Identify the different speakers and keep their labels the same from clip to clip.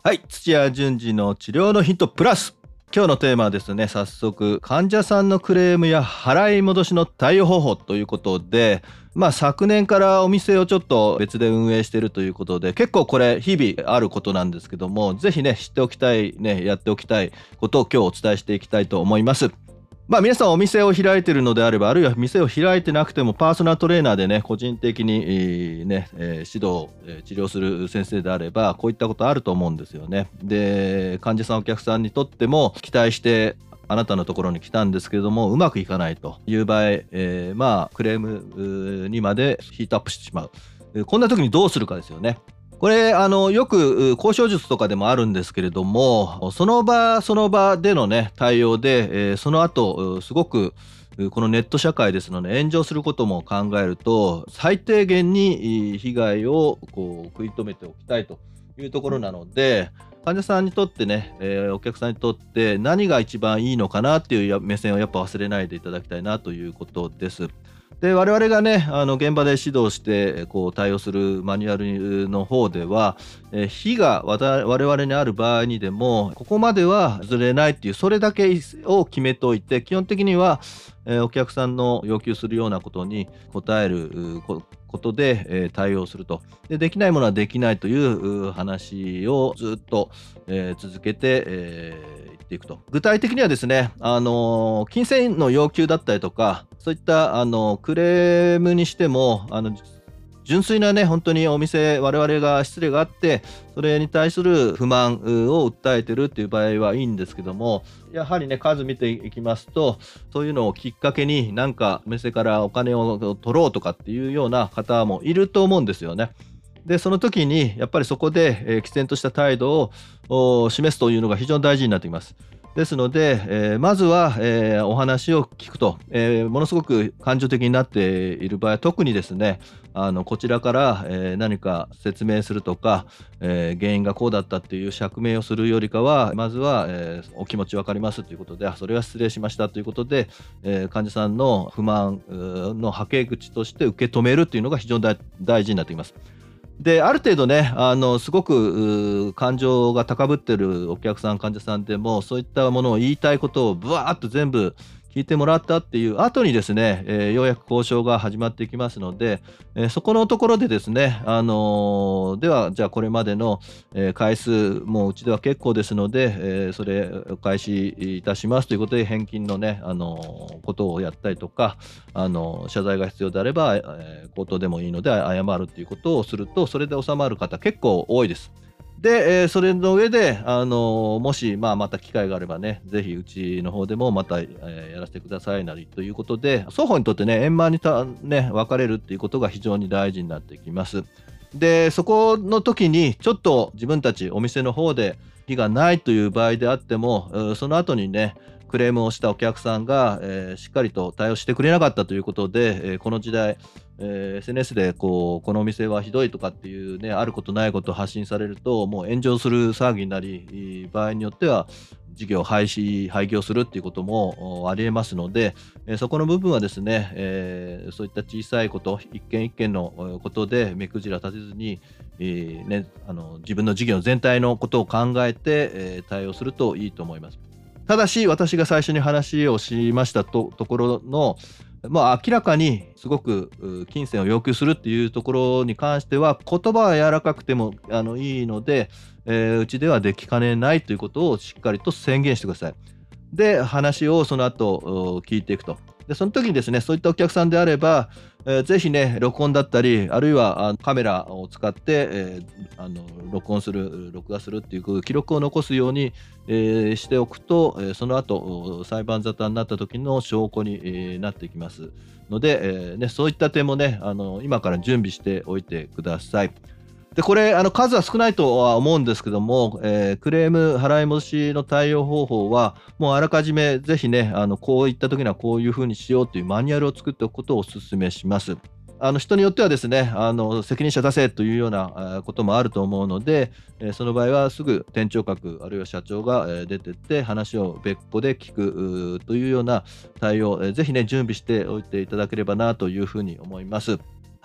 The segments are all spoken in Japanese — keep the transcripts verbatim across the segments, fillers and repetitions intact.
Speaker 1: はい、土屋順次の治療のヒントプラス。今日のテーマはですね、早速患者さんのクレームや払い戻しの対応方法ということで、まあ昨年からお店をちょっと別で運営しているということで、結構これ日々あることなんですけども、ぜひね知っておきたいね、やっておきたいことを今日お伝えしていきたいと思います。まあ皆さんお店を開いているのであれば、あるいは店を開いてなくてもパーソナルトレーナーでね、個人的に、えーねえー指導、えー治療する先生であればこういったことあると思うんですよね。で、患者さんお客さんにとっても期待してあなたのところに来たんですけれどもうまくいかないという場合、えーまあクレームにまでヒートアップしてしまう。えーこんな時にどうするかですよね。これあのよく交渉術とかでもあるんですけれども、その場その場でのね対応で、えーその後すごくこのネット社会ですので炎上することも考えると、最低限に被害をこう食い止めておきたいというところなので、患者さんにとってね、えーお客さんにとって何が一番いいのかなっていう目線をやっぱ忘れないでいただきたいなということです。で、我々がねあの現場で指導してこう対応するマニュアルの方では、えー非がわた我々にある場合にでもここまではずれないっていう、それだけを決めておいて、基本的には、えーお客さんの要求するようなことに応えるうこことで、えー対応すると。で、できないものはできないというう話をずっと、えー続けて、えー言っていくと。具体的にはですね、あのー金銭の要求だったりとか、そういったあのクレームにしても、あの純粋なね本当にお店我々が失礼があってそれに対する不満を訴えてるっていう場合はいいんですけども、やはりね数見ていきますと、そういうのをきっかけになんかお店からお金を取ろうとかっていうような方もいると思うんですよね。で、その時にやっぱりそこで、えー、毅然とした態度をお示すというのが非常に大事になってきます。ですので、えーまずは、えーお話を聞くと、えーものすごく感情的になっている場合、特にですねあのこちらから、えー何か説明するとか、えー原因がこうだったっていう釈明をするよりかは、まずは、えーお気持ち分かりますということで、あそれは失礼しましたということで、えー患者さんの不満うーのはけ口として受け止めるというのが非常に大大事になってきます。で、ある程度ねあのすごくう感情が高ぶってるお客さん患者さんでも、そういったものを言いたいことをブワーッと全部聞いてもらったっていう後にですね、えーようやく交渉が始まっていきますので、えーそこのところでですね、あのーではじゃあこれまでの、えー回数もううちでは結構ですので、えーそれお返しいたしますということで返金のね、あのーことをやったりとか、あの謝罪が必要であれば、えー口頭でもいいので謝るっていうことをすると、それで収まる方結構多いです。で、えーそれの上で、あのーもし、まあ、また機会があればね、ぜひうちの方でもまた、えーやらせてくださいなりということで、双方にとってね、円満にた、ね、分かれるっていうことが非常に大事になってきます。で、そこの時にちょっと自分たちお店の方で非がないという場合であっても、うその後にねクレームをしたお客さんが、えーしっかりと対応してくれなかったということで、えーこの時代、えーエスエヌエス でこうこのお店はひどいとかっていうね、あることないことを発信されるともう炎上する騒ぎになり、場合によっては事業廃止廃業するっていうこともおありえますので、えーそこの部分はですね、えーそういった小さいこと一件一件のおことで目くじら立てずに、えーね、あの自分の事業全体のことを考えて、えー対応するといいと思います。ただし私が最初に話をしましたとところの、まあ、明らかにすごくう金銭を要求するっていうところに関しては言葉は柔らかくてもあのいいので、えーうちではできかねないということをしっかりと宣言してください。で、話をその後お聞いていくと。で、その時にですね、そういったお客さんであれば、えーぜひね、録音だったり、あるいはあカメラを使って、えーあの録音する、録画するっていう記録を残すように、えーしておくと、えーその後お裁判沙汰になった時の証拠に、えーなっていきますので、えーね、そういった点もね、あの今から準備しておいてください。で、これあの数は少ないとは思うんですけども、えークレーム払い戻しの対応方法はもうあらかじめぜひね、あのこういった時にはこういうふうにしようというマニュアルを作っておくことをお勧めします。あの人によってはですね、あの責任者出せというようなあーこともあると思うので、えーその場合はすぐ店長格あるいは社長がえー出てって話を別個で聞くうーというような対応、えーぜひね準備しておいていただければなというふうに思います。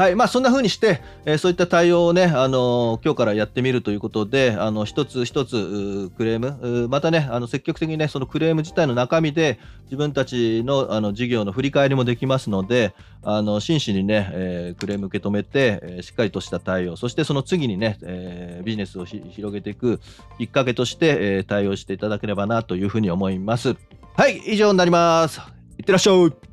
Speaker 1: はい、まあそんな風にして、えーそういった対応をね、あのー今日からやってみるということで、あの一つ一つうークレーム、うーまたね、あの積極的にね、そのクレーム自体の中身で自分たちのあの事業の振り返りもできますので、あの真摯にね、えークレーム受け止めて、えーしっかりとした対応、そしてその次にね、えービジネスをひ広げていくきっかけとして、えー対応していただければなというふうに思います。はい、以上になります。いってらっしゃい。